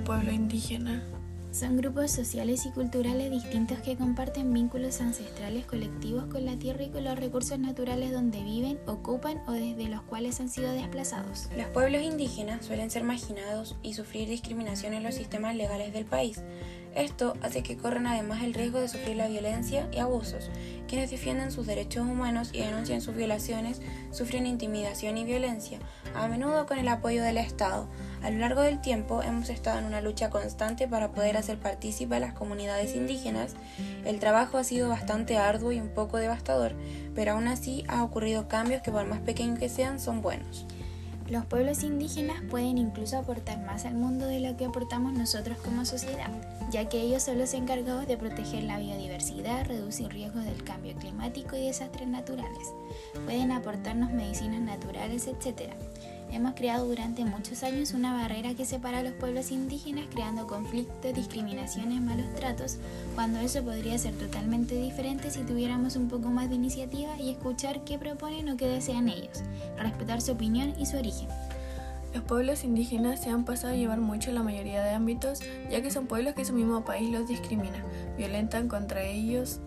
pueblo indígena? Son grupos sociales y culturales distintos que comparten vínculos ancestrales colectivos con la tierra y con los recursos naturales donde viven, ocupan o desde los cuales han sido desplazados. Los pueblos indígenas suelen ser marginados y sufrir discriminación en los sistemas legales del país. Esto hace que corran además el riesgo de sufrir la violencia y abusos. Quienes defienden sus derechos humanos y denuncian sus violaciones sufren intimidación y violencia, a menudo con el apoyo del Estado. A lo largo del tiempo hemos estado en una lucha constante para poder hacer partícipe a las comunidades indígenas. El trabajo ha sido bastante arduo y un poco devastador, pero aún así ha ocurrido cambios que por más pequeños que sean son buenos. Los pueblos indígenas pueden incluso aportar más al mundo de lo que aportamos nosotros como sociedad, ya que ellos son los encargados de proteger la biodiversidad, reducir riesgos del cambio climático y desastres naturales. Pueden aportarnos medicinas naturales, etc. Hemos creado durante muchos años una barrera que separa a los pueblos indígenas, creando conflictos, discriminaciones, malos tratos, cuando eso podría ser totalmente diferente si tuviéramos un poco más de iniciativa y escuchar qué proponen o qué desean ellos, respetar su opinión y su origen. Los pueblos indígenas se han pasado a llevar mucho en la mayoría de ámbitos, ya que son pueblos que su mismo país los discrimina, violentan contra ellos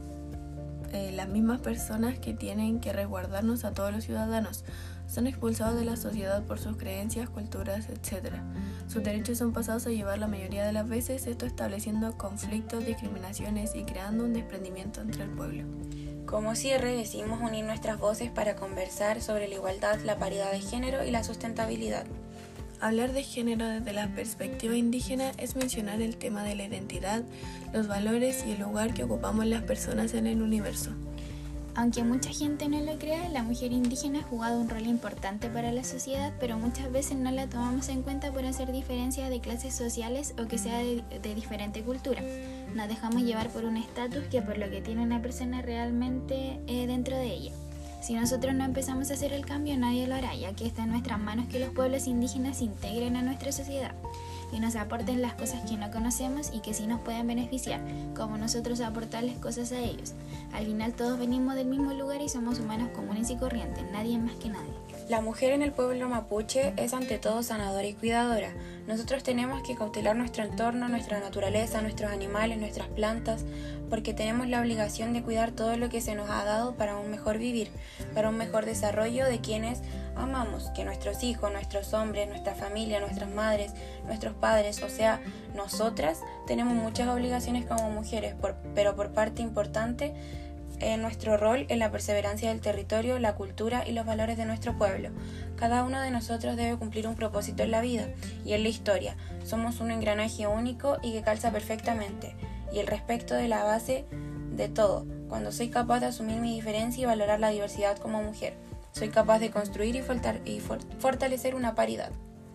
las mismas personas que tienen que resguardarnos a todos los ciudadanos. Son expulsados de la sociedad por sus creencias, culturas, etc. Sus derechos son pasados a llevar la mayoría de las veces, esto estableciendo conflictos, discriminaciones y creando un desprendimiento entre el pueblo. Como cierre, decidimos unir nuestras voces para conversar sobre la igualdad, la paridad de género y la sustentabilidad. Hablar de género desde la perspectiva indígena es mencionar el tema de la identidad, los valores y el lugar que ocupamos las personas en el universo. Aunque mucha gente no lo crea, la mujer indígena ha jugado un rol importante para la sociedad, pero muchas veces no la tomamos en cuenta por hacer diferencias de clases sociales o que sea de diferente cultura. Nos dejamos llevar por un estatus que por lo que tiene una persona realmente dentro de ella. Si nosotros no empezamos a hacer el cambio, nadie lo hará, ya que está en nuestras manos que los pueblos indígenas se integren a nuestra sociedad y nos aporten las cosas que no conocemos y que sí nos pueden beneficiar, como nosotros aportarles cosas a ellos. Al final todos venimos del mismo lugar y somos humanos comunes y corrientes, nadie más que nadie. La mujer en el pueblo mapuche es ante todo sanadora y cuidadora. Nosotros tenemos que cautelar nuestro entorno, nuestra naturaleza, nuestros animales, nuestras plantas, porque tenemos la obligación de cuidar todo lo que se nos ha dado para un mejor vivir, para un mejor desarrollo de quienes amamos, que nuestros hijos, nuestros hombres, nuestra familia, nuestras madres, nuestros padres, o sea, nosotras tenemos muchas obligaciones como mujeres, pero por parte importante nuestro rol en la perseverancia del territorio, la cultura y los valores de nuestro pueblo. Cada uno de nosotros debe cumplir un propósito en la vida y en la historia. Somos un engranaje único y que calza perfectamente. Y el respeto de la base de todo. Cuando soy capaz de asumir mi diferencia y valorar la diversidad como mujer, soy capaz de construir y fortalecer una paridad.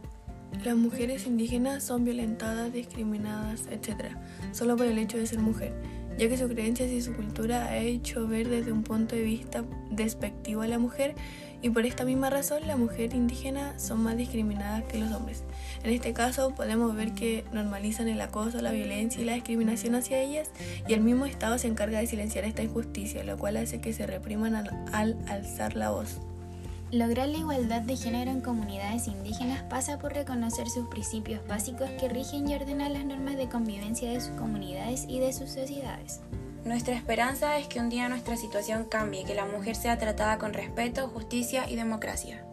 Las mujeres indígenas son violentadas, discriminadas, etc., solo por el hecho de ser mujer, ya que sus creencias y su cultura ha hecho ver desde un punto de vista despectivo a la mujer, y por esta misma razón las mujeres indígenas son más discriminadas que los hombres. En este caso podemos ver que normalizan el acoso, la violencia y la discriminación hacia ellas, y el mismo Estado se encarga de silenciar esta injusticia, lo cual hace que se repriman al alzar la voz. Lograr la igualdad de género en comunidades indígenas pasa por reconocer sus principios básicos que rigen y ordenan las normas de convivencia de sus comunidades y de sus sociedades. Nuestra esperanza es que un día nuestra situación cambie, que la mujer sea tratada con respeto, justicia y democracia.